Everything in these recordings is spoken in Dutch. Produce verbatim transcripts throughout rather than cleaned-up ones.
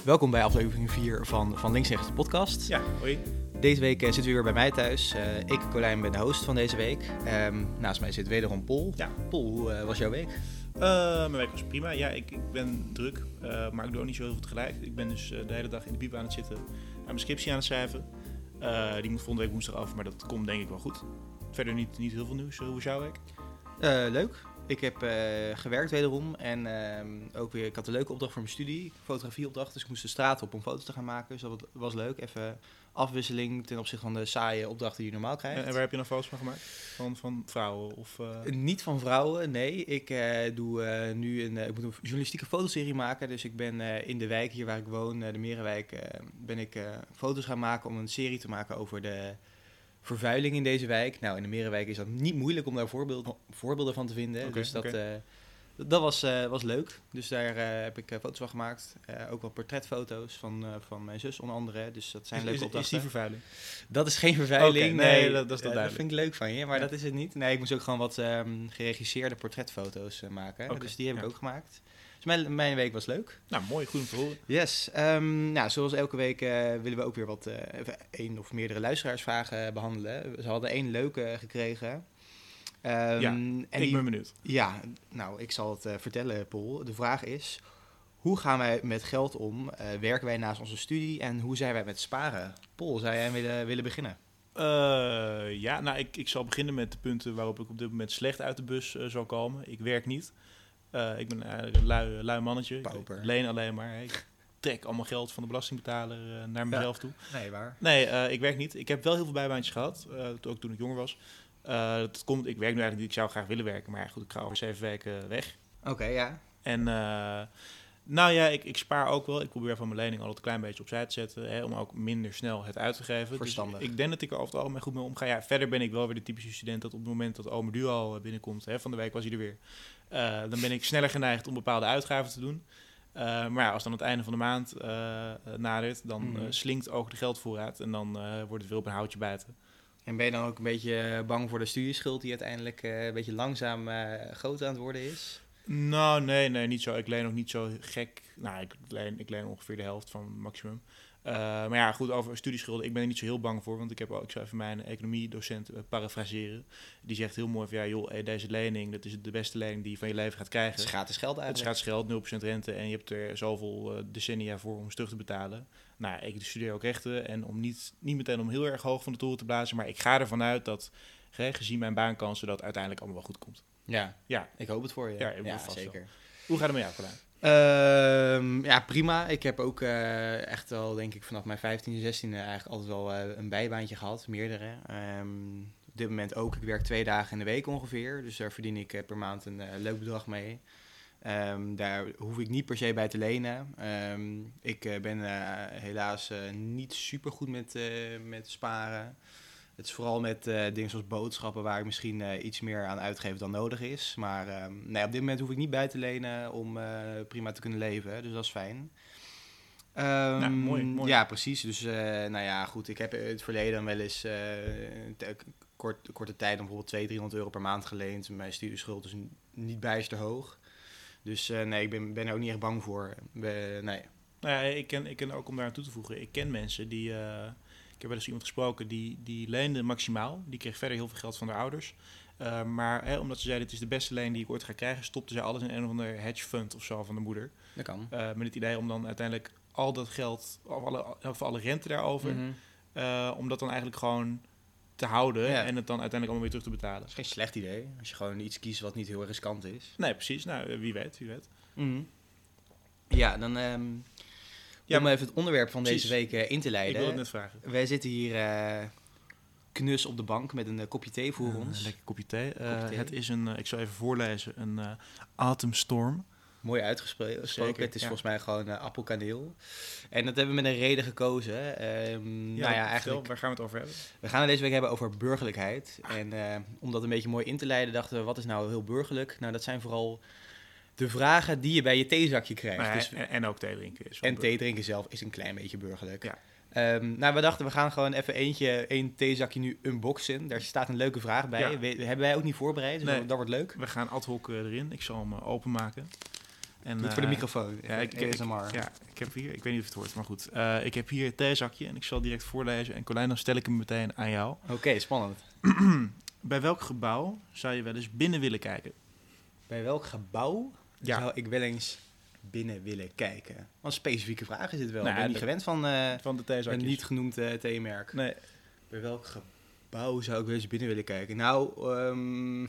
Welkom bij aflevering vier van, van Links Rechts de podcast. Ja, hoi. Deze week uh, zitten we weer bij mij thuis. Uh, ik, Colijn, ben de host van deze week. Um, naast mij zit wederom Pol. Ja. Pol, hoe uh, was jouw week? Uh, mijn week was prima. Ja, ik, ik ben druk, uh, maar ik doe ook niet zo heel veel tegelijk. Ik ben dus uh, de hele dag in de bieb aan het zitten, aan mijn scriptie aan het schrijven. Uh, die moet volgende week woensdag af, maar dat komt denk ik wel goed. Verder niet, niet heel veel nieuws. Hoe was jouw week? Uh, leuk. Ik heb uh, gewerkt wederom en uh, ook weer, ik had een leuke opdracht voor mijn studie, fotografieopdracht, dus ik moest de straat op om foto's te gaan maken, dus dat was leuk. Even afwisseling ten opzichte van de saaie opdrachten die je normaal krijgt. En, en waar heb je dan foto's van gemaakt? Van, van vrouwen? Of, uh... Niet van vrouwen, nee. Ik uh, doe uh, nu een, uh, ik moet een journalistieke fotoserie maken, dus ik ben uh, in de wijk hier waar ik woon, uh, de Merenwijk, uh, ben ik uh, foto's gaan maken om een serie te maken over de vervuiling in deze wijk. Nou, in de Merenwijk is dat niet moeilijk om daar voorbeeld, voorbeelden van te vinden. Okay, dus dat, okay. uh, dat, dat was, uh, was leuk. Dus daar uh, heb ik uh, foto's van gemaakt. Uh, ook wel portretfoto's van, uh, van mijn zus onder andere. Dus dat zijn is, leuke is, opdrachten. Is die vervuiling? Dat is geen vervuiling. Okay, nee, nee, dat, dat is uh, dat Dat vind ik leuk van je, maar ja. Dat is het niet. Nee, ik moest ook gewoon wat um, geregisseerde portretfoto's uh, maken. Okay, dus die heb ja. ik ook gemaakt. Dus mijn, mijn week was leuk. Nou, mooi. Goed om te horen. Yes. Um, nou, zoals elke week uh, willen we ook weer wat, uh, één of meerdere luisteraarsvragen behandelen. Ze hadden één leuke gekregen. Um, ja, en ik die, ben benieuwd. Ja, nou, ik zal het uh, vertellen, Pol. De vraag is, hoe gaan wij met geld om? Uh, werken wij naast onze studie en hoe zijn wij met sparen? Pol, zou jij willen, willen beginnen? Uh, ja, nou, ik, ik zal beginnen met de punten waarop ik op dit moment slecht uit de bus uh, zal komen. Ik werk niet. Uh, ik ben eigenlijk een lui, lui mannetje. Pauper. Ik leen alleen maar. Ik trek allemaal geld van de belastingbetaler uh, naar mezelf ja. toe. Nee, waar? Nee, uh, ik werk niet. Ik heb wel heel veel bijbaantjes gehad, uh, ook toen ik jonger was. Uh, dat komt, ik werk nu eigenlijk niet. Ik zou graag willen werken, maar ja, goed, ik ga over zeven weken weg. Oké, okay, ja. En uh, nou ja, ik, ik spaar ook wel. Ik probeer van mijn lening altijd een klein beetje opzij te zetten, hè, om ook minder snel het uit te geven. Verstandig. Dus ik denk dat ik er over het algemeen goed mee omga. Ja, verder ben ik wel weer de typische student dat op het moment dat ome duo al binnenkomt, hè, van de week was hij er weer. Uh, dan ben ik sneller geneigd om bepaalde uitgaven te doen. Uh, maar ja, als dan het einde van de maand uh, nadert, dan mm. uh, slinkt ook de geldvoorraad en dan uh, wordt het weer op een houtje bijten. En ben je dan ook een beetje bang voor de studieschuld die uiteindelijk uh, een beetje langzaam uh, groot aan het worden is? Nou, nee, nee, niet zo. Ik leen ook niet zo gek. Nou, ik leen, ik leen ongeveer de helft van het maximum. Uh, maar ja, goed, over studieschulden, ik ben er niet zo heel bang voor, want ik heb ook, ik zou even mijn economiedocent uh, parafraseren. Die zegt heel mooi van, ja joh, hey, deze lening, dat is de beste lening die je van je leven gaat krijgen. Het is gratis geld eigenlijk. Het is gratis geld, nul procent rente en je hebt er zoveel uh, decennia voor om ze terug te betalen. Nou, ik studeer ook rechten en om niet, niet meteen om heel erg hoog van de toren te blazen, maar ik ga ervan uit dat, hè, gezien mijn baankansen, dat uiteindelijk allemaal wel goed komt. Ja, ja. Ik hoop het voor je. Ja, ik ja vast zeker. Wel. Hoe gaat het met jou, Colijn? Uh, ja, prima. Ik heb ook uh, echt wel, denk ik, vanaf mijn vijftiende, zestiende eigenlijk altijd wel uh, een bijbaantje gehad. Meerdere. Um, op dit moment ook. Ik werk twee dagen in de week ongeveer. Dus daar verdien ik uh, per maand een uh, leuk bedrag mee. Um, daar hoef ik niet per se bij te lenen. Um, ik uh, ben uh, helaas uh, niet super goed met, uh, met sparen. Het is vooral met uh, dingen zoals boodschappen waar ik misschien uh, iets meer aan uitgeef dan nodig is. Maar um, nee, op dit moment hoef ik niet bij te lenen om uh, prima te kunnen leven. Dus dat is fijn. Um, nou, mooi, mooi. Ja, precies. Dus uh, nou ja, goed. Ik heb in het verleden dan wel eens uh, te, kort, korte tijd dan bijvoorbeeld tweehonderd, driehonderd euro per maand geleend. Mijn studieschuld is niet bijster hoog. Dus uh, nee, ik ben, ben er ook niet echt bang voor. We, nee. Nou ja, ik ken, ik ken ook om daar aan toe te voegen. Ik ken mensen die... Uh, ik heb wel eens iemand gesproken die, die leende maximaal. Die kreeg verder heel veel geld van haar ouders. Uh, maar hè, omdat ze zei, dit is de beste leen die ik ooit ga krijgen, stopte zij alles in een of ander hedge fund of zo van de moeder. Dat kan. Uh, met het idee om dan uiteindelijk al dat geld, of alle, of alle rente daarover, mm-hmm. uh, om dat dan eigenlijk gewoon te houden ja. en het dan uiteindelijk allemaal weer terug te betalen. Dat is geen slecht idee, als je gewoon iets kiest wat niet heel riskant is. Nee, precies. Nou, wie weet, wie weet. Mm-hmm. Ja, dan... Um Ja, om even het onderwerp van precies. deze week uh, in te leiden. Ik wil het net vragen. Wij zitten hier uh, knus op de bank met een uh, kopje thee voor uh, ons. Een lekker kopje thee. Uh, kopje thee. Het is een, uh, ik zal even voorlezen, een uh, atemstorm. Mooi uitgesproken. Zeker, het is ja. volgens mij gewoon uh, appelkaneel. En dat hebben we met een reden gekozen. Um, ja, nou ja, eigenlijk, waar gaan we het over hebben? We gaan het deze week hebben over burgerlijkheid. En uh, om dat een beetje mooi in te leiden, dachten we, wat is nou heel burgerlijk? Nou, dat zijn vooral... de vragen die je bij je theezakje krijgt. Maar, dus, en, en ook thee drinken. Is en thee drinken zelf is een klein beetje burgerlijk. Ja. Um, nou, we dachten, we gaan gewoon even eentje, één theezakje nu unboxen. Daar staat een leuke vraag bij. Ja. We, hebben wij ook niet voorbereid, dus nee. dat, dat wordt leuk. We gaan ad hoc uh, erin. Ik zal hem uh, openmaken. En, Doe het voor de uh, microfoon. Ja, ik, ik, A S M R. ja, ik heb hier, ik weet niet of je het hoort, maar goed. Uh, ik heb hier het theezakje en ik zal direct voorlezen. En Colijn, dan stel ik hem meteen aan jou. Oké, okay, spannend. Bij welk gebouw zou je wel eens binnen willen kijken? Bij welk gebouw ja. zou ik wel eens binnen willen kijken? Wat een specifieke vraag is dit wel. Nou, ik ben niet de, gewend van, uh, van de theezakjes. Een niet genoemd uh, theemerk. Nee. Bij welk gebouw zou ik wel eens binnen willen kijken? Nou, um,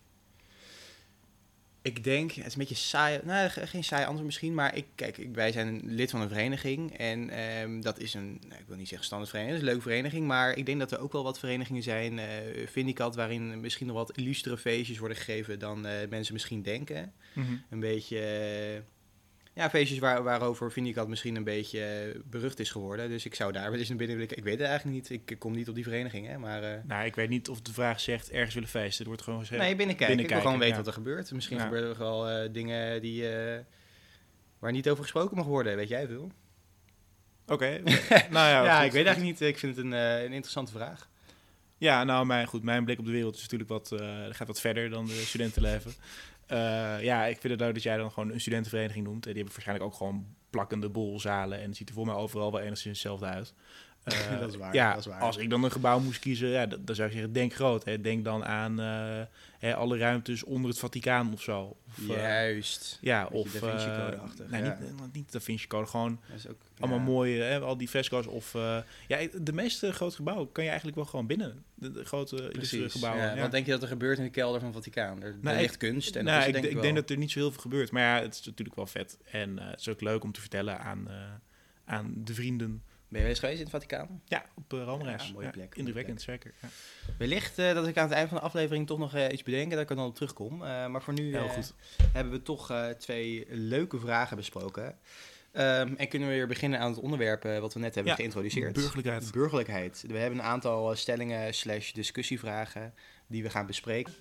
ik denk, het is een beetje saai, nou geen saai antwoord misschien, maar ik, kijk, ik, wij zijn lid van een vereniging en um, dat is een, nou, ik wil niet zeggen standaardvereniging, dat is een leuke vereniging, maar ik denk dat er ook wel wat verenigingen zijn, uh, Vindicat, waarin misschien nog wat illustere feestjes worden gegeven dan uh, mensen misschien denken. Mm-hmm. Een beetje, uh, ja, feestjes waar, waarover Vindicat misschien een beetje uh, berucht is geworden, dus ik zou daar wel eens naar binnen willen kijken. Ik weet het eigenlijk niet, ik, ik kom niet op die vereniging, hè, maar... Uh, nou, ik weet niet of de vraag zegt ergens willen feesten, het wordt gewoon gezegd... Nee, binnenkijken, binnenkijken, ik wil gewoon weten ja. wat er gebeurt. Misschien ja. gebeuren er wel uh, dingen die, uh, waar niet over gesproken mag worden, weet jij veel? Oké, okay. nou ja, ja goed, ik weet eigenlijk niet, ik vind het een, uh, een interessante vraag. Ja, nou, mijn, goed, mijn blik op de wereld is natuurlijk wat, uh, gaat wat verder dan de studentenleven. Uh, ja, ik vind het leuk dat jij dan gewoon een studentenvereniging noemt. Die hebben waarschijnlijk ook gewoon plakkende bolzalen en het ziet er voor mij overal wel enigszins hetzelfde uit. Uh, dat is waar, ja, dat is waar. Als ik dan een gebouw moest kiezen, ja, dan, dan zou ik zeggen, denk groot. Hè. Denk dan aan uh, hè, alle ruimtes onder het Vaticaan of zo. Of, Juist. Uh, ja, of... Da Vinci Code-achtig. Nee, ja. niet, niet Da Vinci Code, gewoon ook, allemaal ja. mooie, hè, al die fresco's. Of, uh, ja, de meeste grote gebouwen kan je eigenlijk wel gewoon binnen. De, de grote Precies, gebouwen. Ja. Ja. Wat denk je dat er gebeurt in de kelder van het Vaticaan? Er, nou, er ligt kunst en nou, dat is ik, denk ik, ik, ik wel. denk dat er niet zo heel veel gebeurt. Maar ja, het is natuurlijk wel vet. En uh, het is ook leuk om te vertellen aan, uh, aan de vrienden. Ben je wel eens geweest in het Vaticaan? Ja, op uh, Randreis. Ja, mooie plek. Ja, indrukwekkend, zeker. Ja. Wellicht uh, dat ik aan het eind van de aflevering toch nog uh, iets bedenken, dat ik er dan op terugkom. Uh, maar voor nu uh, Heel goed. hebben we toch uh, twee leuke vragen besproken. Um, en kunnen we weer beginnen aan het onderwerp uh, wat we net hebben ja, geïntroduceerd. Burgerlijkheid. Burgerlijkheid. We hebben een aantal stellingen slash discussievragen die we gaan bespreken.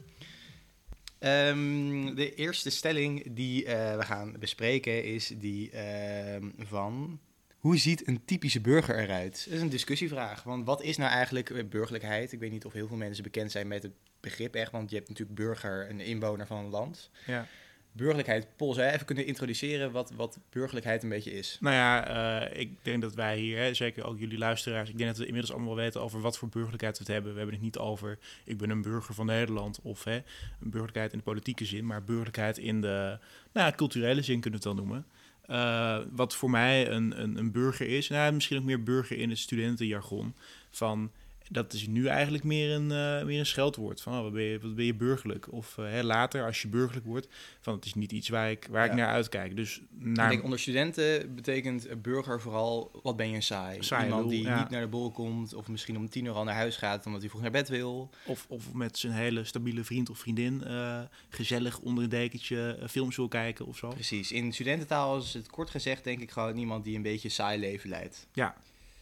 Um, de eerste stelling die uh, we gaan bespreken is die uh, van... Hoe ziet een typische burger eruit? Dat is een discussievraag. Want wat is nou eigenlijk burgerlijkheid? Ik weet niet of heel veel mensen bekend zijn met het begrip echt. Want je hebt natuurlijk burger, een inwoner van een land. Ja. Burgerlijkheid, Paul, zou jij even kunnen introduceren wat, wat burgerlijkheid een beetje is? Nou ja, uh, ik denk dat wij hier, hè, zeker ook jullie luisteraars... ik denk dat we inmiddels allemaal wel weten over wat voor burgerlijkheid we het hebben. We hebben het niet over, ik ben een burger van Nederland... of hè, een burgerlijkheid in de politieke zin... maar burgerlijkheid in de nou, culturele zin kunnen we het dan noemen... Uh, wat voor mij een, een, een burger is, nou, misschien ook meer burger in het studentenjargon. Van, dat is nu eigenlijk meer een, uh, meer een scheldwoord. Van, oh, wat, ben je, wat ben je burgerlijk? Of uh, hè, later, als je burgerlijk wordt, van het is niet iets waar ik, waar ja. ik naar uitkijk. Dus naar... Ik denk onder studenten betekent burger vooral, wat ben je een saai? saai Iemand lul, die ja. niet naar de borrel komt, of misschien om tien uur al naar huis gaat, omdat hij vroeg naar bed wil. Of, of met zijn hele stabiele vriend of vriendin uh, gezellig onder een dekentje uh, films wil kijken of zo. Precies. In studententaal is het kort gezegd denk ik gewoon iemand die een beetje saai leven leidt. Ja.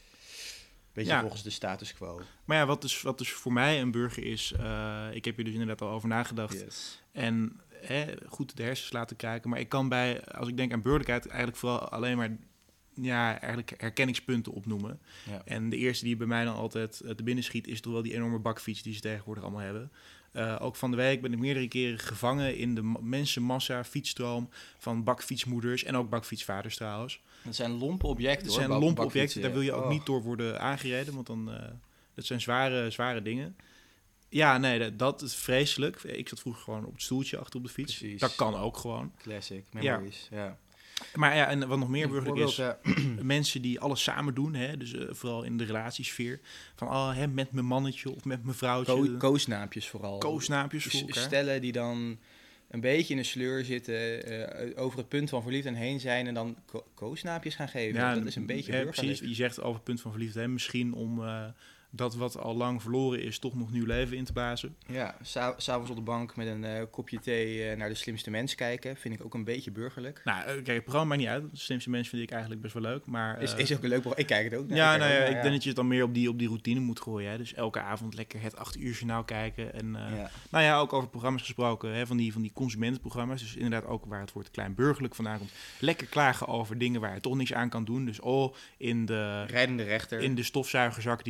Beetje ja. volgens de status quo. Maar ja, wat dus, wat dus voor mij een burger is... Uh, ik heb hier dus inderdaad al over nagedacht. Yes. En hè, goed de hersens laten kijken. Maar ik kan bij, als ik denk aan burgerlijkheid... eigenlijk vooral alleen maar ja, eigenlijk herkenningspunten opnoemen. Ja. En de eerste die bij mij dan altijd te binnen schiet... is toch wel die enorme bakfiets die ze tegenwoordig allemaal hebben. Uh, ook van de week ben ik meerdere keren gevangen... in de mensenmassa, fietsstroom van bakfietsmoeders... en ook bakfietsvaders trouwens. Dat zijn lompe objecten, Dat hoor. zijn lompe objecten, daar wil je ook oh. niet door worden aangereden... want dan, uh, dat zijn zware, zware dingen... Ja, nee, dat, dat is vreselijk. Ik zat vroeger gewoon op het stoeltje achter op de fiets. Precies. Dat kan ook gewoon. Classic, memories, ja. ja. Maar ja, en wat nog meer burgerlijk is... Uh, mensen die alles samen doen, hè, dus uh, vooral in de relatiesfeer. Van, oh, hè, met mijn mannetje of met mijn vrouwtje. Ko- koosnaampjes vooral. Koosnaampjes voor elkaar. Stellen die dan een beetje in een sleur zitten... Uh, over het punt van verliefd en heen zijn... en dan ko- koosnaampjes gaan geven. Ja, dat is een beetje hè, burgerlijk. Precies, je zegt over het punt van verliefd, hè, misschien om... Uh, dat wat al lang verloren is, toch nog nieuw leven in te blazen. Ja, s'avonds op de bank met een uh, kopje thee uh, naar De Slimste Mens kijken. Vind ik ook een beetje burgerlijk. Nou, kijk, het programma maakt niet uit. De Slimste Mens vind ik eigenlijk best wel leuk. Maar, uh, is, is ook een leuk programma. Ik kijk het ook naar. Ja, ik nou ja, ook, ik ja. denk dat je het dan meer op die, op die routine moet gooien. Hè? Dus elke avond lekker het acht uur journaal kijken. En uh, ja. nou ja, ook over programma's gesproken. Hè? Van, die, van die consumentenprogramma's. Dus inderdaad ook waar het woord kleinburgerlijk vandaan komt. Lekker klagen over dingen waar je toch niks aan kan doen. Dus oh, in de... Rijdende rechter. In de stofzuigerzak die ik gekocht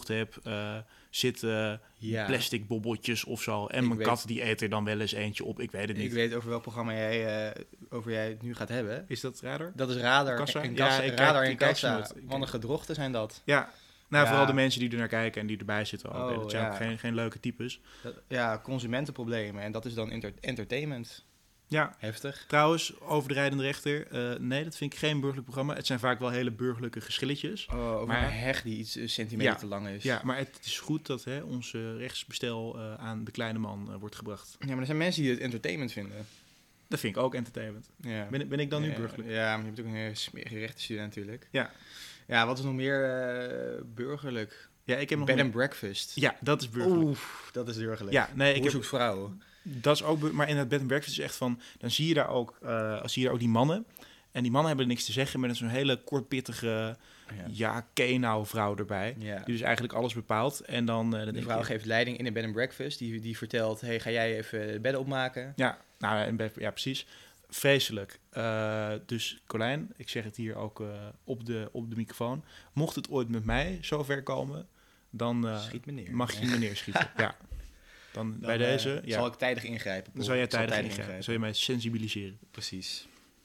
gekocht heb, uh, zitten ja. plastic bobbeltjes of zo. En ik mijn weet, kat die eet er dan wel eens eentje op. Ik weet het niet. Ik weet over welk programma jij, uh, over jij het nu gaat hebben. Is dat Radar? Dat is Radar Kassa? en Kassa. Ja, Radar kijk, en Kassa. Wat een gedrochten zijn dat. Ja, nou ja. vooral de mensen die er naar kijken en die erbij zitten. Ook. Oh, dat zijn ja. ook geen, geen leuke types. Dat, ja, consumentenproblemen. En dat is dan inter- entertainment. Ja, heftig. Trouwens, over de rijdende rechter. Uh, nee, dat vind ik geen burgerlijk programma. Het zijn vaak wel hele burgerlijke geschilletjes. Oh, over maar, een heg die iets uh, centimeter ja, te lang is. Ja, maar het is goed dat hè, ons uh, rechtsbestel uh, aan de kleine man uh, wordt gebracht. Ja, maar er zijn mensen die het entertainment vinden. Dat vind ik ook entertainment. Ja. Ben, ben ik dan ja, nu burgerlijk? Ja, maar je hebt ook een smerige rechtenstudent natuurlijk. Ja. Ja, wat is nog meer uh, burgerlijk? Ja, ik heb nog Bed meer... and breakfast. Ja, dat is burgerlijk. Oeh, dat is burgerlijk. Ja, nee, ik Hoe heb... vrouwen. Dat is ook, maar in het bed and breakfast is echt van, dan zie je daar ook, uh, zie je daar ook die mannen. En die mannen hebben er niks te zeggen, maar er is zo'n hele kortpittige, ja, ja kenau vrouw erbij. Ja. Die dus eigenlijk alles bepaalt. En dan, uh, dan de vrouw je... geeft leiding in een bed and breakfast. Die, die vertelt, hey, ga jij even de bedden opmaken? Ja, nou, in bed, ja precies. Vreselijk. Uh, dus Colijn, ik zeg het hier ook uh, op, de, op de microfoon. Mocht het ooit met mij zover komen, dan uh, Schiet me neer. mag je me neerschieten. Ja. Dan, dan bij deze... Uh, ja. Zal ik tijdig ingrijpen? Dan zal jij tijdig, tijdig ingrijpen. ingrijpen. Zal je mij sensibiliseren. Precies.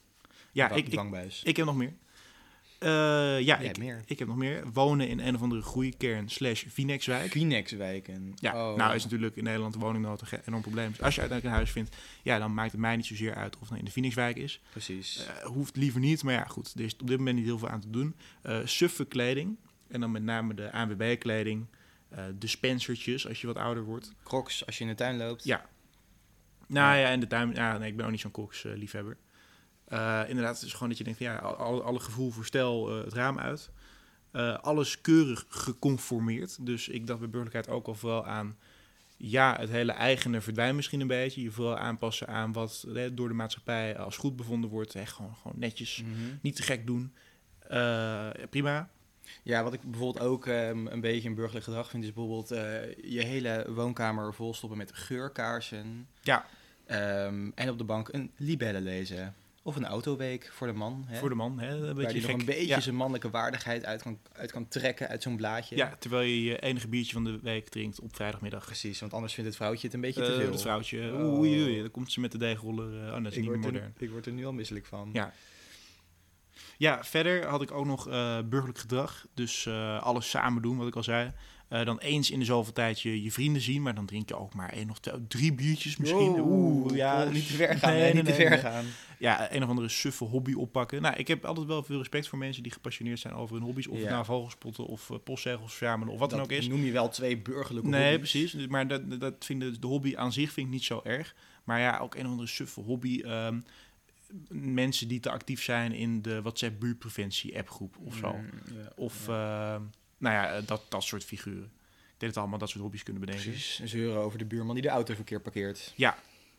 Ja, ik, ik, ik heb nog meer. Uh, ja, ik, meer. ik heb nog meer. Wonen in een of andere groeikern slash Vinexwijk. Vinexwijken. Ja, oh. Nou is natuurlijk in Nederland de woningnood een enorm probleem. Dus als je uiteindelijk een huis vindt, ja, dan maakt het mij niet zozeer uit of het nou in de Vinexwijk is. Precies. Uh, hoeft liever niet, maar ja, goed. Er is op dit moment niet heel veel aan te doen. Uh, suffe kleding. En dan met name de A N W B-kleding. Uh, dispensertjes als je wat ouder wordt. Crocs als je in de tuin loopt. Ja. Nou ja, ja in de tuin. Ja, nee, ik ben ook niet zo'n Crocs uh, liefhebber. Uh, inderdaad, het is gewoon dat je denkt van ja, alle, alle gevoel voor stijl uh, het raam uit. Uh, alles keurig geconformeerd. Dus ik dacht bij burgerlijkheid ook al vooral aan, ja, het hele eigene verdwijnt misschien een beetje. Je vooral aanpassen aan wat eh, door de maatschappij als goed bevonden wordt. Echt gewoon, gewoon netjes, mm-hmm. Niet te gek doen. Uh, ja, prima. Ja, wat ik bijvoorbeeld ook um, een beetje een burgerlijk gedrag vind, is bijvoorbeeld uh, je hele woonkamer volstoppen met geurkaarsen. Ja. Um, en op de bank een libelle lezen. Of een autoweek voor de man. Hè? Voor de man, hè? Een beetje waar die nog een beetje ja. zijn mannelijke waardigheid uit kan, uit kan trekken uit zo'n blaadje. Ja, terwijl je je enige biertje van de week drinkt op vrijdagmiddag. Precies, want anders vindt het vrouwtje het een beetje uh, te veel. Het vrouwtje, oh. oei, oei, dan komt ze met de deegroller. Uh, oh, dat is ik niet meer modern. Er, ik word er nu al misselijk van. Ja. Ja, verder had ik ook nog uh, burgerlijk gedrag. Dus uh, alles samen doen, wat ik al zei. Uh, dan eens in de zoveel tijd je, je vrienden zien, maar dan drink je ook maar één of twee, drie biertjes misschien. Oeh, Oeh ja, niet te ver gaan. Nee, nee, niet nee, te ver nee. gaan. Ja, een of andere suffe hobby oppakken. Nou, ik heb altijd wel veel respect voor mensen die gepassioneerd zijn over hun hobby's. Of ja. het nou vogelspotten of uh, postzegels verzamelen of wat dat dan ook is. Noem je wel twee burgerlijke nee, hobby's. Nee, precies. Maar dat, dat vind ik, de hobby aan zich vind ik niet zo erg. Maar ja, ook een of andere suffe hobby. Um, mensen die te actief zijn in de WhatsApp buurtpreventie appgroep of zo. Mm, ja, of, ja. Uh, nou ja, dat, dat soort figuren. Ik denk dat allemaal dat soort hobby's kunnen bedenken. Precies, zeuren over de buurman die de auto verkeerd parkeert. Ja.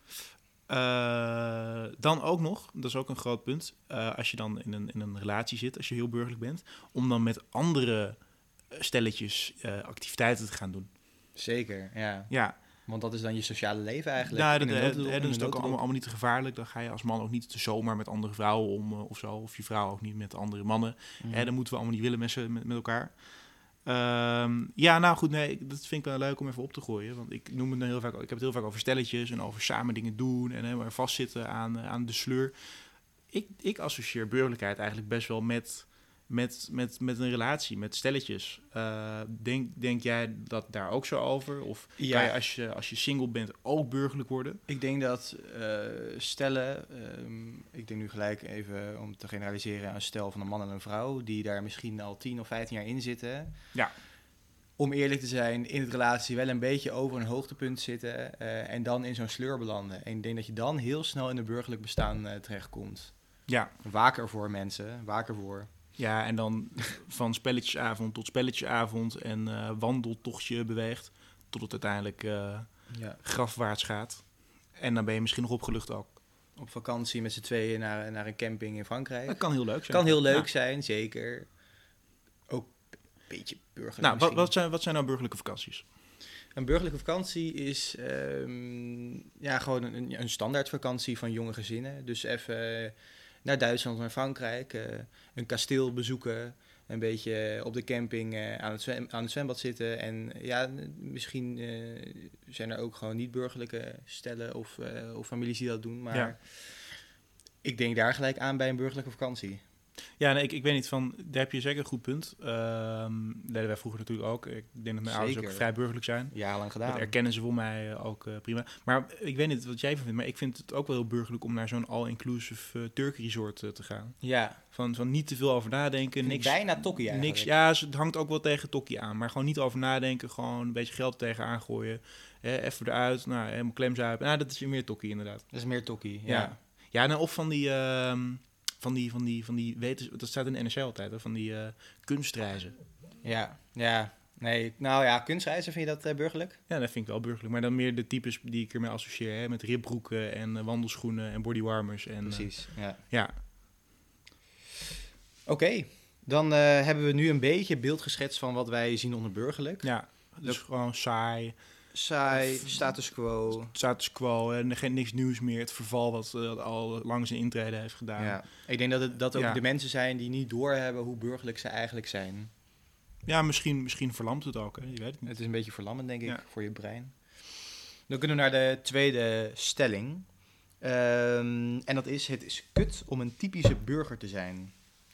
Uh, dan ook nog, dat is ook een groot punt, uh, als je dan in een, in een relatie zit, als je heel burgerlijk bent, om dan met andere stelletjes uh, activiteiten te gaan doen. Zeker, ja. Ja. Want dat is dan je sociale leven eigenlijk. Nou, dat, dat, dat, dat is ook allemaal, allemaal niet te gevaarlijk. Dan ga je als man ook niet te zomaar met andere vrouwen om uh, of zo. Of je vrouw ook niet met andere mannen. Mm. Hè, dat moeten we allemaal niet willen met, met, met elkaar. Um, ja, nou goed, nee, dat vind ik wel leuk om even op te gooien. Want ik noem het heel vaak, ik heb het heel vaak over stelletjes en over samen dingen doen en helemaal vastzitten aan, aan de sleur. Ik, ik associeer burgerlijkheid eigenlijk best wel met, met, met, met een relatie, met stelletjes. Uh, denk, denk jij dat daar ook zo over? Of ja. Kan je als, je als je single bent ook burgerlijk worden? Ik denk dat uh, stellen, um, ik denk nu gelijk even om te generaliseren, een stel van een man en een vrouw, die daar misschien al tien of vijftien jaar in zitten. Ja. Om eerlijk te zijn, in het relatie wel een beetje over een hoogtepunt zitten uh, en dan in zo'n sleur belanden. En ik denk dat je dan heel snel in een burgerlijk bestaan uh, terechtkomt. Ja. Waak ervoor mensen, waak ervoor. Ja, en dan van spelletjesavond tot spelletjesavond en uh, wandeltochtje beweegt, tot het uiteindelijk uh, ja. grafwaarts gaat. En dan ben je misschien nog opgelucht ook. Op vakantie met z'n tweeën naar, naar een camping in Frankrijk. Dat kan heel leuk zijn. Kan heel leuk ja. zijn, zeker. Ook een beetje burgerlijk. Nou, wat, wat, zijn, wat zijn nou burgerlijke vakanties? Een burgerlijke vakantie is um, ja, gewoon een, een standaard vakantie van jonge gezinnen. Dus even... Uh, naar Duitsland, naar Frankrijk, uh, een kasteel bezoeken, een beetje op de camping uh, aan, het zwem, aan het zwembad zitten. En ja, misschien uh, zijn er ook gewoon niet-burgerlijke stellen of, uh, of families die dat doen. Maar ja. ik denk daar gelijk aan bij een burgerlijke vakantie. Ja, nee, ik, ik weet niet, van, daar heb je zeker een goed punt. Um, dat deden wij vroeger natuurlijk ook. Ik denk dat mijn zeker. ouders ook vrij burgerlijk zijn. Jarenlang gedaan. Dat erkennen ze voor mij uh, ook uh, prima. Maar ik weet niet wat jij van vindt, maar ik vind het ook wel heel burgerlijk om naar zo'n all-inclusive uh, Turkey resort uh, te gaan. Ja. Van, van niet te veel over nadenken. Niks, bijna tokkie eigenlijk. Niks, ja, het hangt ook wel tegen tokkie aan. Maar gewoon niet over nadenken, gewoon een beetje geld tegenaan gooien. Eh, even eruit, nou, helemaal klemzuipen. Nou, dat is meer tokkie inderdaad. Dat is meer tokkie, ja. Ja, ja nou, of van die... Uh, Van die, van die, van die wetens, dat staat in de N S L altijd, hè, van die uh, kunstreizen. Ja, ja. Nee, nou ja, kunstreizen, vind je dat uh, burgerlijk? Ja, dat vind ik wel burgerlijk. Maar dan meer de types die ik ermee associeer, hè, met ribbroeken en uh, wandelschoenen en bodywarmers. En, Precies, uh, ja. ja. Oké, okay, dan uh, hebben we nu een beetje beeld geschetst van wat wij zien onder burgerlijk. Ja, dus dat... gewoon saai. Saai, status quo. Status quo, en geen niks nieuws meer. Het verval wat uh, al lang zijn intrede heeft gedaan. Ja. Ik denk dat het dat ook ja. de mensen zijn die niet doorhebben hoe burgerlijk ze eigenlijk zijn. Ja, misschien, misschien verlamt het ook, hè? Je weet het niet. Het is een beetje verlammend, denk ik, ja. voor je brein. Dan kunnen we naar de tweede stelling. Um, en dat is, het is kut om een typische burger te zijn.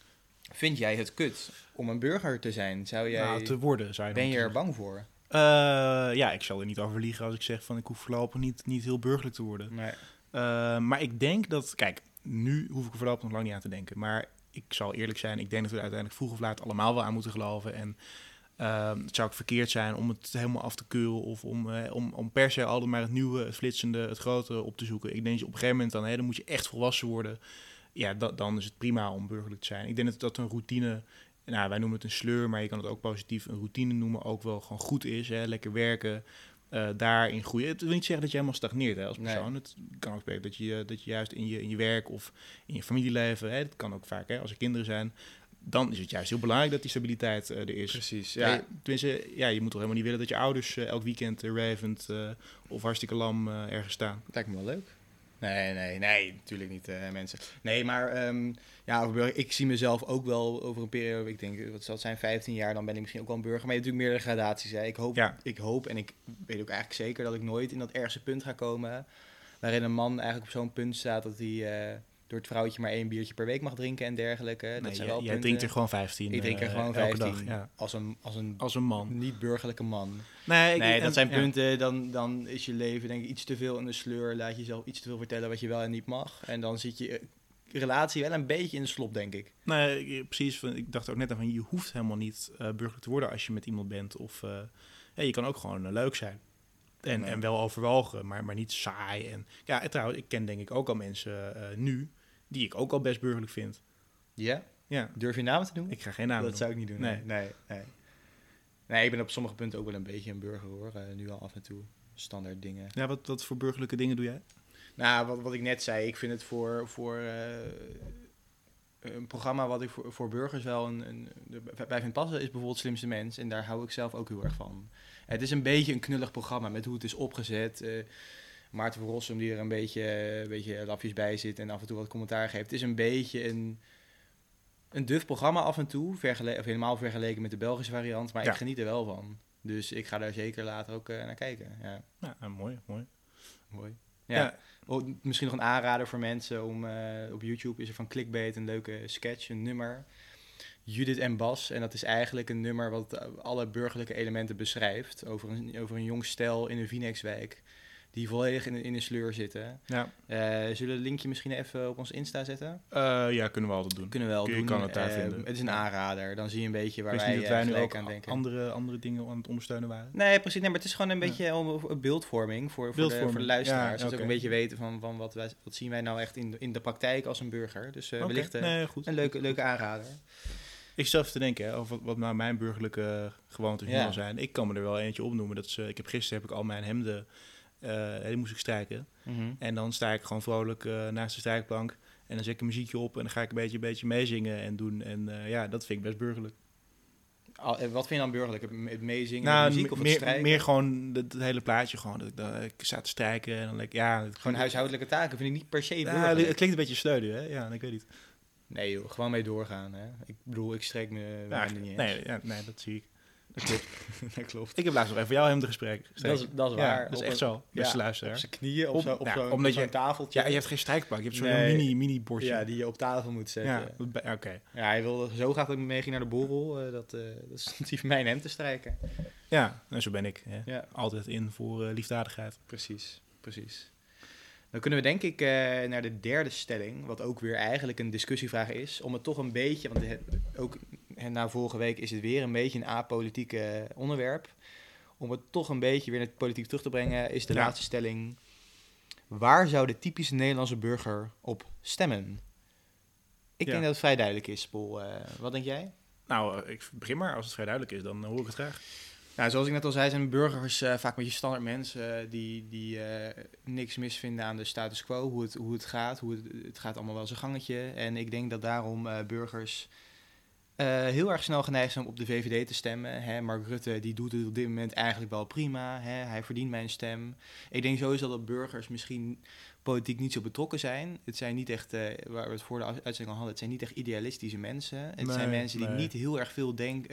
Vind jij het kut om een burger te zijn? Zou jij, nou, te worden, zou je ben je er bang voor? Uh, ja, ik zal er niet over liegen als ik zeg van ik hoef voorlopig niet, niet heel burgerlijk te worden. Nee. Uh, maar ik denk dat, kijk, nu hoef ik er voorlopig nog lang niet aan te denken. Maar ik zal eerlijk zijn, ik denk dat we er uiteindelijk vroeg of laat allemaal wel aan moeten geloven. En uh, het zou ook verkeerd zijn om het helemaal af te keuren of om, uh, om, om per se altijd maar het nieuwe, het flitsende, het grote op te zoeken. Ik denk dat je op een gegeven moment dan, hè, dan moet je echt volwassen worden. Ja, dat, dan is het prima om burgerlijk te zijn. Ik denk dat dat een routine... Nou, wij noemen het een sleur, maar je kan het ook positief een routine noemen. Ook wel gewoon goed is, hè? Lekker werken, uh, daarin groeien. Het wil niet zeggen dat je helemaal stagneert, hè, als persoon. Nee. Het kan ook betekenen dat je, dat je juist in je, in je werk of in je familieleven... Hè, dat kan ook vaak, hè, als er kinderen zijn... dan is het juist heel belangrijk dat die stabiliteit uh, er is. Precies, ja. ja. Tenminste, ja, je moet toch helemaal niet willen dat je ouders uh, elk weekend uh, ravend uh, of hartstikke lam uh, ergens staan. Dat lijkt me wel leuk. Nee, nee, nee, natuurlijk niet, uh, mensen. Nee, maar um, ja, ik zie mezelf ook wel over een periode, ik denk, wat zal het zijn, vijftien jaar, dan ben ik misschien ook wel een burger. Maar je hebt natuurlijk meerdere gradaties. Hè. Ik, hoop, ja. ik hoop en ik weet ook eigenlijk zeker dat ik nooit in dat ergste punt ga komen, waarin een man eigenlijk op zo'n punt staat dat hij uh, door het vrouwtje maar één biertje per week mag drinken en dergelijke. Dat nee, zijn jij, wel jij drinkt er gewoon vijftien. Ik drink er uh, gewoon vijftien. Dag, ja. Als een, als een, als een man. Niet-burgerlijke man. Nee, ik, nee en, dat zijn ja. punten, dan, dan is je leven denk ik iets te veel in de sleur. Laat je jezelf iets te veel vertellen wat je wel en niet mag. En dan zit je relatie wel een beetje in de slop, denk ik. Nee, precies. Ik dacht ook net aan van, je hoeft helemaal niet uh, burgerlijk te worden als je met iemand bent. Of uh, ja, je kan ook gewoon uh, leuk zijn. En, nee. en wel overwogen, maar, maar niet saai. En, ja, en trouwens, ik ken denk ik ook al mensen uh, nu die ik ook al best burgerlijk vind. Ja? Ja. Durf je namen te doen? Ik ga geen namen dat doen. Dat zou ik niet doen. Nee. Nee, nee. Nee, ik ben op sommige punten ook wel een beetje een burger, hoor. Uh, nu al af en toe. Standaard dingen. Ja, wat, wat voor burgerlijke dingen doe jij? Nou, wat, wat ik net zei. Ik vind het voor, voor uh, een programma wat ik voor, voor burgers wel een, een, bij vind passen, is bijvoorbeeld Slimste Mens. En daar hou ik zelf ook heel erg van. Het is een beetje een knullig programma met hoe het is opgezet. Uh, Maarten van Rossum die er een beetje, een beetje lafjes bij zit en af en toe wat commentaar geeft. Het is een beetje een, een duf programma af en toe, vergele- of helemaal vergeleken met de Belgische variant. Maar ja. ik geniet er wel van. Dus ik ga daar zeker later ook uh, naar kijken. Ja, ja mooi, mooi. Mooi. Ja. ja. Oh, misschien nog een aanrader voor mensen om uh, op YouTube is er van Clickbait een leuke sketch, een nummer. Judith en Bas. En dat is eigenlijk een nummer wat alle burgerlijke elementen beschrijft. Over een, over een jong stel in een Vinex-wijk. Die volledig in, in een sleur zitten. Ja. Uh, zullen we het linkje misschien even op ons Insta zetten? Uh, ja, kunnen we altijd doen. Kunnen we wel Kun, doen. Je kan het daar uh, vinden. Het is een aanrader. Dan zie je een beetje waar Wist wij, niet dat wij nu ook aan denken. Andere, andere dingen aan het ondersteunen waren? Nee, precies. Nee, maar het is gewoon een beetje ja. om, een beeldvorming voor, voor, beeldvorming. De, voor de luisteraars. Ja, ja, dus okay. ook een beetje weten van, van wat, wij, wat zien wij nou echt in de, in de praktijk als een burger. Dus uh, okay. wellicht uh, nee, goed. een leuke, leuke aanrader. Ik zat even te denken hè, over wat, wat nou mijn burgerlijke gewoontes ja. nu zijn. Ik kan me er wel eentje opnoemen. Dat is, uh, ik heb gisteren heb ik al mijn hemden... Uh, die moest ik strijken. Mm-hmm. En dan sta ik gewoon vrolijk uh, naast de strijkplank. En dan zet ik een muziekje op en dan ga ik een beetje, een beetje meezingen en doen. En uh, ja, dat vind ik best burgerlijk. Al, wat vind je dan burgerlijk? Het meezingen, nou, de muziek of het meer, strijken? Meer gewoon het, het hele plaatje. Gewoon, dat ik, dat ik sta te strijken en dan like, ja... Gewoon huishoudelijke taken vind ik niet per se burgerlijk. Nou, het klinkt een beetje sneu, hè? Ja, ik weet niet. Nee joh, gewoon mee doorgaan. Hè? Ik bedoer, ik streek me Ja, er niet nee, eens. ja, nee, dat zie ik. Dat klopt. Dat klopt. Ik heb laatst nog even jou hem de gesprek. Dat is, dat is Ja, waar. dat is Op echt een- zo, beste ja, luisteraar. Op zijn knieën, op, Op- zo, op ja, zo'n, omdat zo'n je- tafeltje. Ja, je hebt geen strijkpak. Je hebt zo'n Nee. mini, mini bordje. Ja, die je op tafel moet zetten. Ja, Ja, dat- oké. hij wilde zo graag dat ik mee ging naar de borrel. eh, dat, eh dat stond hij voor mij in hem te strijken. Ja, en zo ben ik. Hè. Ja, Altijd in voor eh, liefdadigheid. precies. precies. Dan kunnen we denk ik eh, naar de derde stelling, wat ook weer eigenlijk een discussievraag is, om het toch een beetje, want het, ook en na vorige week is het weer een beetje een apolitiek eh, onderwerp, om het toch een beetje weer naar de politiek terug te brengen, is de Ja. laatste stelling: waar zou de typische Nederlandse burger op stemmen? Ik Ja. denk dat het vrij duidelijk is, Paul. Eh, wat denk jij? Nou, eh, ik begin maar. Als het vrij duidelijk is, dan eh, hoor ik het graag. Nou, zoals ik net al zei, zijn burgers eh, vaak een beetje standaard mensen eh, die, die eh, niks misvinden aan de status quo, hoe het, hoe het gaat. Hoe het, het gaat allemaal wel zijn gangetje. En ik denk dat daarom eh, burgers eh, heel erg snel geneigd zijn om op de V V D te stemmen. Hè, Mark Rutte die doet het op dit moment eigenlijk wel prima. Hè, hij verdient mijn stem. Ik denk sowieso dat burgers misschien politiek niet zo betrokken zijn. Het zijn niet echt, eh, waar we het voor de uitzending al hadden, het zijn niet echt idealistische mensen. Het Nee, zijn mensen die nee. niet heel erg veel denken...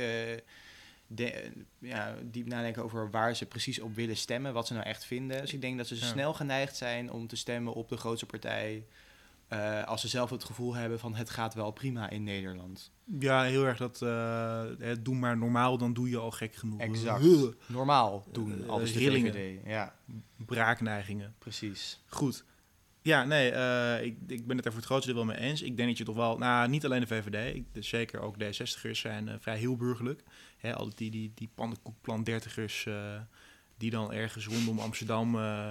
De, ja, diep nadenken over waar ze precies op willen stemmen, wat ze nou echt vinden. Dus ik denk dat ze Ja. snel geneigd zijn om te stemmen op de grootste partij, uh, als ze zelf het gevoel hebben van het gaat wel prima in Nederland. Ja, heel erg dat, uh, hè, doe maar normaal, dan doe je al gek genoeg. Exact. Huh. Normaal doen, Uh, als de rillingen. V V D. Ja, Braakneigingen. precies. Goed. Ja, nee, uh, ik, ik ben het er voor het grootste deel wel mee eens. Ik denk dat je toch wel, nou, niet alleen de V V D, ik, dus zeker ook D zestig'ers zijn uh, vrij heel burgerlijk. Hè, altijd die, die, die pannenkoekplan dertig'ers uh, die dan ergens rondom Amsterdam uh,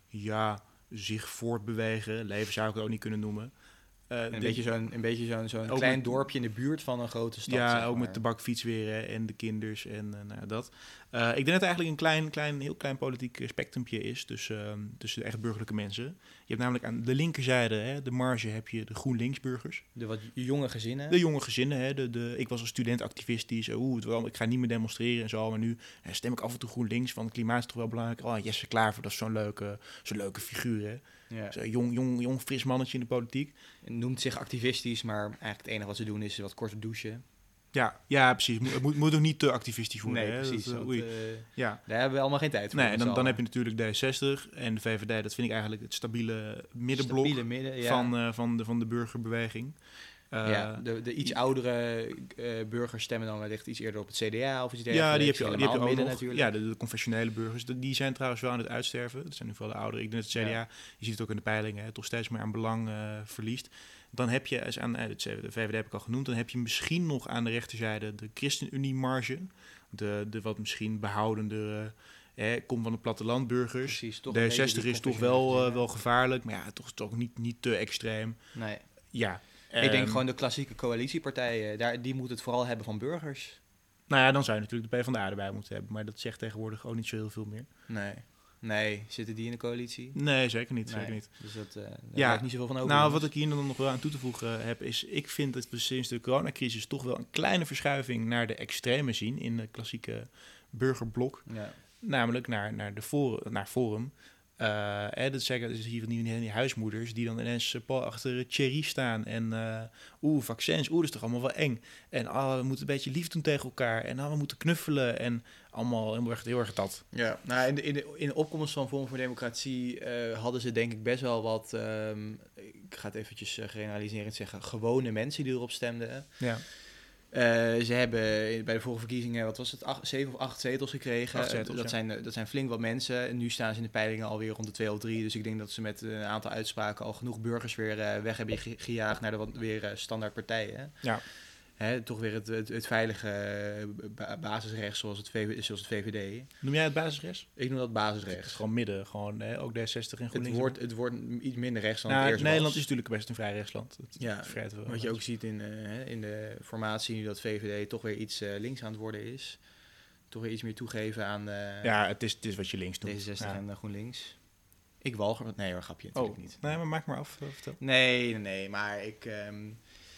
ja, zich voortbewegen. Leven zou ik het ook niet kunnen noemen. Uh, een, de, beetje zo'n, een beetje zo'n, zo'n ook klein met, dorpje in de buurt van een grote stad. Ja, zeg ook maar. met de bakfiets weer hè, en de kinders en uh, nou, dat. Uh, ik denk dat het eigenlijk een klein, klein, heel klein politiek spectrumpje is tussen, uh, tussen de echt burgerlijke mensen. Je hebt namelijk aan de linkerzijde, hè, de marge, heb je de GroenLinks-burgers. De wat jonge gezinnen. De jonge gezinnen. Hè, de, de, ik was een studentactivist die zei, oeh, wel, ik ga niet meer demonstreren en zo. Maar nu hè, stem ik af en toe GroenLinks, want het klimaat is toch wel belangrijk. Oh, Jesse Klaver, dat is zo'n leuke, zo'n leuke figuur, hè. Ja. Zo'n jong, jong, jong, fris mannetje in de politiek. Noemt zich activistisch, maar eigenlijk het enige wat ze doen is wat korter douchen. Ja, ja, precies. Het moet, moet ook niet te activistisch worden. Nee, hè? precies. Dat, uh, want, oei. uh, ja. Daar hebben we allemaal geen tijd voor. Nee, en dan, dan heb je natuurlijk D zestig en de V V D. Dat vind ik eigenlijk het stabiele middenblok stabiele midden, ja. van, uh, van, de, van de burgerbeweging. Uh, ja, de, de iets oudere uh, burgers stemmen dan wellicht iets eerder op het C D A of iets dergelijks. Ja, die heb je, die heb je ook midden, nog. Natuurlijk. Ja, de, de confessionele burgers, de, die zijn trouwens wel aan het uitsterven. Dat zijn nu vooral de ouderen. Ik denk dat het C D A, ja. je ziet het ook in de peilingen, hè, toch steeds meer aan belang uh, verliest. Dan heb je, als aan uh, de V V D heb ik al genoemd, dan heb je misschien nog aan de rechterzijde de ChristenUnie-marge. De, de wat misschien behoudendere, eh, komt van de plattelandburgers. Precies, toch D zestig is toch wel, uh, wel gevaarlijk, maar ja, toch, toch niet, niet te extreem. Nee. Ja. Ik um, denk gewoon de klassieke coalitiepartijen, daar, die moeten het vooral hebben van burgers. Nou ja, dan zou je natuurlijk de PvdA erbij moeten hebben, maar dat zegt tegenwoordig ook niet zo heel veel meer. Nee. Nee, zitten die in de coalitie? Nee, zeker niet. Nee, zeker niet. Dus dat, uh, daar ja, ik niet zoveel van over. Nou, wat ik hier dan nog wel aan toe te voegen heb, is ik vind dat we sinds de coronacrisis toch wel een kleine verschuiving naar de extreme zien in de klassieke burgerblok. Ja. Namelijk naar, naar, de forum, naar Forum. Uh, hè, dat zeggen dus hier van die, die huismoeders die dan ineens uh, pal achter Thierry staan en uh, oeh, vaccins, oeh, dat is toch allemaal wel eng. En oh, we moeten een beetje lief doen tegen elkaar en oh, we moeten knuffelen en allemaal heel erg, heel erg dat. Ja, nou, in de, in de, in de opkomst van Forum voor Democratie uh, hadden ze denk ik best wel wat, um, ik ga het eventjes uh, generaliserend zeggen, gewone mensen die erop stemden. Ja. Uh, ze hebben bij de vorige verkiezingen, wat was het, acht, zeven of acht zetels gekregen. Acht zetels, dat, ja. zijn, dat zijn flink wat mensen. En nu staan ze in de peilingen alweer rond de twee of drie. Dus ik denk dat ze met een aantal uitspraken al genoeg burgers weer uh, weg hebben ge- gejaagd naar de wat weer uh, standaard partijen. Ja. Hè, toch weer het, het, het veilige ba- basisrecht zoals het, v- zoals het V V D. Noem jij het basisrecht? Ik noem dat basisrecht. Het is gewoon midden, gewoon hè, ook D zestig en Het GroenLinks. wordt, het wordt iets minder rechts dan nou, het eerst Nederland was. is natuurlijk best een vrij rechtsland. Dat ja, wel wat je ook ziet in, uh, in de formatie nu dat V V D toch weer iets uh, links aan het worden is. Toch weer iets meer toegeven aan uh, ja, het is, het is wat je links doet. D zestig ja. en uh, GroenLinks. Ik walg er... Nee hoor, grapje natuurlijk oh, niet. Nee, maar maak maar af. Vertel. Nee, nee, nee, maar ik... Um,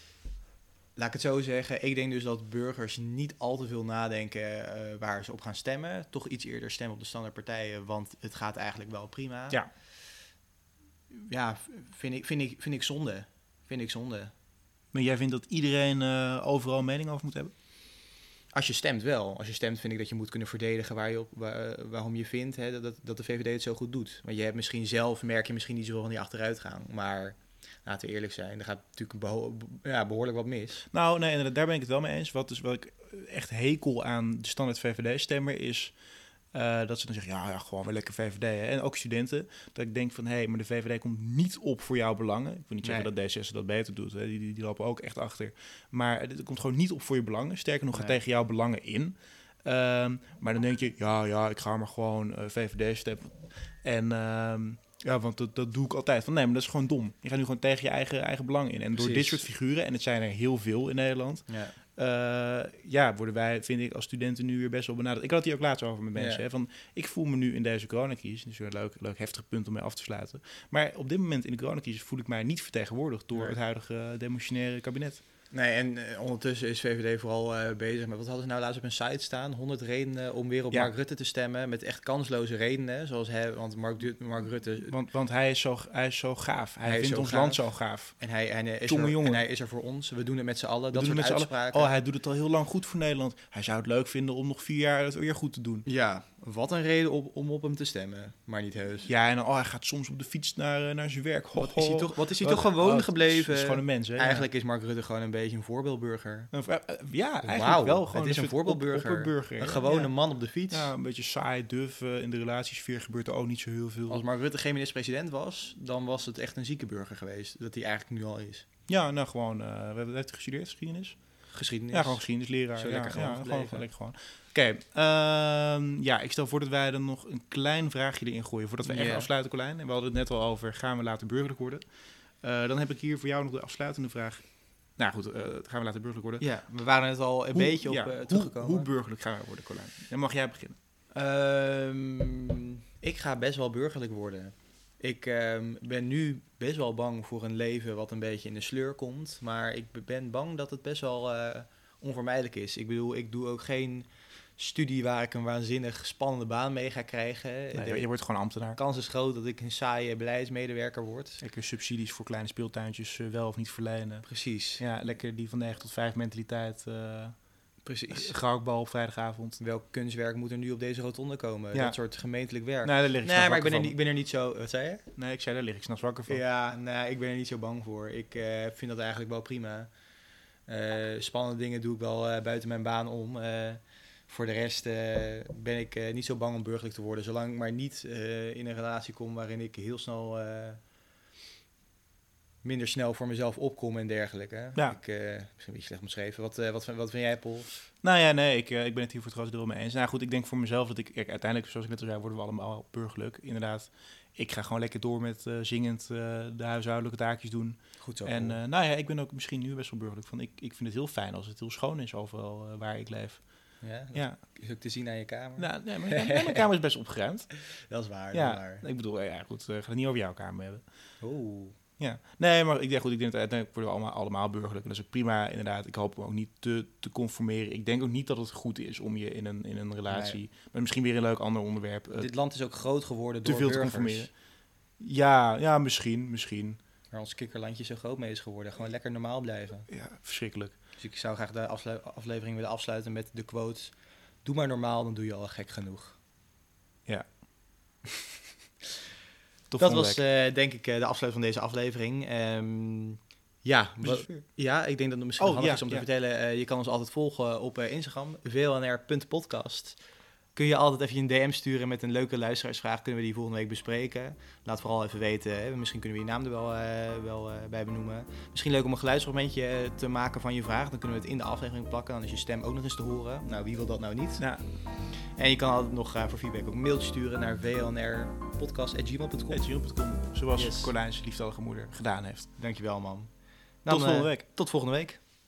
laat ik het zo zeggen. Ik denk dus dat burgers niet al te veel nadenken uh, waar ze op gaan stemmen. Toch iets eerder stemmen op de standaardpartijen, want het gaat eigenlijk wel prima. Ja. Ja, vind ik, vind ik, vind ik zonde. Vind ik zonde. Maar jij vindt dat iedereen uh, overal een mening over moet hebben? Als je stemt wel. Als je stemt vind ik dat je moet kunnen verdedigen waar je op, waar, waarom je vindt hè, dat, dat de V V D het zo goed doet. Want je hebt misschien zelf, merk je misschien niet zoveel van die achteruitgang. Maar laten we eerlijk zijn, er gaat natuurlijk beho- ja, behoorlijk wat mis. Nou, nee, daar ben ik het wel mee eens. Wat, dus, wat ik echt hekel aan de standaard V V D-stemmer is... Uh, dat ze dan zeggen, ja, ja, gewoon weer lekker V V D. Hè? En ook studenten. Dat ik denk van, hé, hey, maar de V V D komt niet op voor jouw belangen. Ik wil niet zeggen nee. dat D zesenzestig dat beter doet. Hè? Die, die, die lopen ook echt achter. Maar het komt gewoon niet op voor je belangen. Sterker nog, gaat nee. tegen jouw belangen in. Um, maar dan denk je, ja, ja, ik ga maar gewoon uh, V V D stemmen. En... Um, Ja, want dat, dat doe ik altijd. Van nee, maar dat is gewoon dom. Je gaat nu gewoon tegen je eigen, eigen belang in. En Precies. door dit soort figuren, en het zijn er heel veel in Nederland... Ja. Uh, ja, worden wij, vind ik, als studenten nu weer best wel benaderd. Ik had het hier ook laatst over met mensen. Ja. Hè, van, ik voel me nu in deze coronacrisis, dus een leuk, leuk heftig punt om mee af te sluiten. Maar op dit moment in de coronacrisis voel ik mij niet vertegenwoordigd door ja. het huidige demissionaire kabinet. Nee, en uh, ondertussen is V V D vooral uh, bezig met... Wat hadden ze nou laatst op een site staan? honderd redenen om weer op ja. Mark Rutte te stemmen. Met echt kansloze redenen. Zoals hij, want Mark, du- Mark Rutte... Want, want hij, is zo, hij is zo gaaf. Hij, hij vindt ons gaaf. land zo gaaf. En hij, hij, is er, en hij is er voor ons. We doen het met z'n allen. We dat soort uitspraken. Oh, hij doet het al heel lang goed voor Nederland. Hij zou het leuk vinden om nog vier jaar het weer goed te doen. Ja, wat een reden op, om op hem te stemmen. Maar niet heus. Ja, en dan, oh, hij gaat soms op de fiets naar, naar zijn werk. Ho, wat is hij toch, wat is hij toch gewoon oh, gebleven? Het is gewoon een mens, hè? Eigenlijk ja. is Mark Rutte gewoon een beetje een voorbeeldburger. Ja, eigenlijk wow, wel. Gewoon het is een voorbeeldburger. Op, een gewone ja. man op de fiets. Ja, een beetje saai, duf. Uh, in de relatiesfeer gebeurt er ook niet zo heel veel. Als Mark Rutte geen minister-president was, dan was het echt een zieke burger geweest. Dat hij eigenlijk nu al is. Ja, nou gewoon... Uh, we hebben het gestudeerd, geschiedenis. Geschiedenis. Ja, gewoon geschiedenisleraar. Zo ja, lekker gewoon. Ja, gewoon, gewoon lekker gewoon. Oké, okay, uh, ja, ik stel voor dat wij dan nog een klein vraagje erin gooien voordat we yeah. echt afsluiten, Colijn. En we hadden het net al over, gaan we later burgerlijk worden? Uh, dan heb ik hier voor jou nog de afsluitende vraag. Nou goed, uh, gaan we later burgerlijk worden? Ja, we waren net al een hoe, beetje op ja, uh, teruggekomen. Hoe, hoe burgerlijk gaan we worden, Colijn? Dan mag jij beginnen. Um, ik ga best wel burgerlijk worden. Ik um, ben nu best wel bang voor een leven wat een beetje in de sleur komt. Maar ik ben bang dat het best wel uh, onvermijdelijk is. Ik bedoel, ik doe ook geen studie waar ik een waanzinnig spannende baan mee ga krijgen. Nee, je wordt gewoon ambtenaar. De kans is groot dat ik een saaie beleidsmedewerker word. Lekker subsidies voor kleine speeltuintjes uh, wel of niet verlenen. Precies. Ja, lekker die van negen tot vijf mentaliteit. Uh, Precies. Gehaktbal op vrijdagavond. Welk kunstwerk moet er nu op deze rotonde komen? Ja. Dat soort gemeentelijk werk. Nee, daar lig ik nee maar ik ben, er niet, ik ben er niet zo... Wat zei je? Nee, ik zei, daar lig ik 's nachts wakker van. Ja, nee, ik ben er niet zo bang voor. Ik uh, vind dat eigenlijk wel prima. Uh, spannende dingen doe ik wel uh, buiten mijn baan om. Uh, voor de rest uh, ben ik uh, niet zo bang om burgerlijk te worden. Zolang ik maar niet uh, in een relatie kom waarin ik heel snel... Uh, minder snel voor mezelf opkom en dergelijke. Ja. Ik, uh, misschien een beetje slecht omschreven. Wat, uh, wat, wat vind jij, Paul? Nou ja, nee, ik, uh, ik ben het hier voor het grootste deel mee eens. Nou goed, ik denk voor mezelf dat ik... Kijk, uiteindelijk, zoals ik net al zei, worden we allemaal burgerlijk. Inderdaad, ik ga gewoon lekker door met uh, zingend uh, de huishoudelijke taakjes doen. Goed zo. En uh, nou ja, ik ben ook misschien nu best wel burgerlijk. Van, ik, ik vind het heel fijn als het heel schoon is overal uh, waar ik leef. Ja, dat ja. is ook te zien aan je kamer. Nou, nee, mijn, mijn kamer is best opgeruimd. Dat is waar, ja, dat is waar. Ik bedoel, ja goed, uh, ik ga het niet over jouw kamer hebben. Oeh. Ja, nee, maar ik denk goed, ik denk dat uiteindelijk worden we allemaal, allemaal burgerlijk. En dat is ook prima, inderdaad. Ik hoop ook niet te, te conformeren. Ik denk ook niet dat het goed is om je in een, in een relatie... Nee. Maar misschien weer een leuk ander onderwerp... Uh, Dit land is ook groot geworden door te veel burgers. te conformeren. Ja, ja, misschien, misschien. Waar ons kikkerlandje zo groot mee is geworden. Gewoon lekker normaal blijven. Ja, verschrikkelijk. Dus ik zou graag de afslu- aflevering willen afsluiten met de quote... Doe maar normaal, dan doe je al gek genoeg. Ja. Dat was uh, denk ik uh, de afsluiting van deze aflevering. Um, ja, wat, ja, ik denk dat het misschien oh, handig ja, is om te ja. vertellen. Uh, je kan ons altijd volgen op uh, Instagram, v l n r punt podcast. Kun je altijd even een D M sturen met een leuke luisteraarsvraag. Kunnen we die volgende week bespreken. Laat vooral even weten. Hè. Misschien kunnen we je naam er wel, uh, wel uh, bij benoemen. Misschien leuk om een geluidsfragmentje te maken van je vraag. Dan kunnen we het in de aflevering plakken. Dan is je stem ook nog eens te horen. Nou, wie wil dat nou niet? Ja. En je kan altijd nog uh, voor feedback ook een mailtje sturen naar v l n r podcast at gmail punt com. Zoals yes. Colijn's lieftallige moeder gedaan heeft. Dankjewel, man. Dan, tot volgende week. Uh, tot volgende week.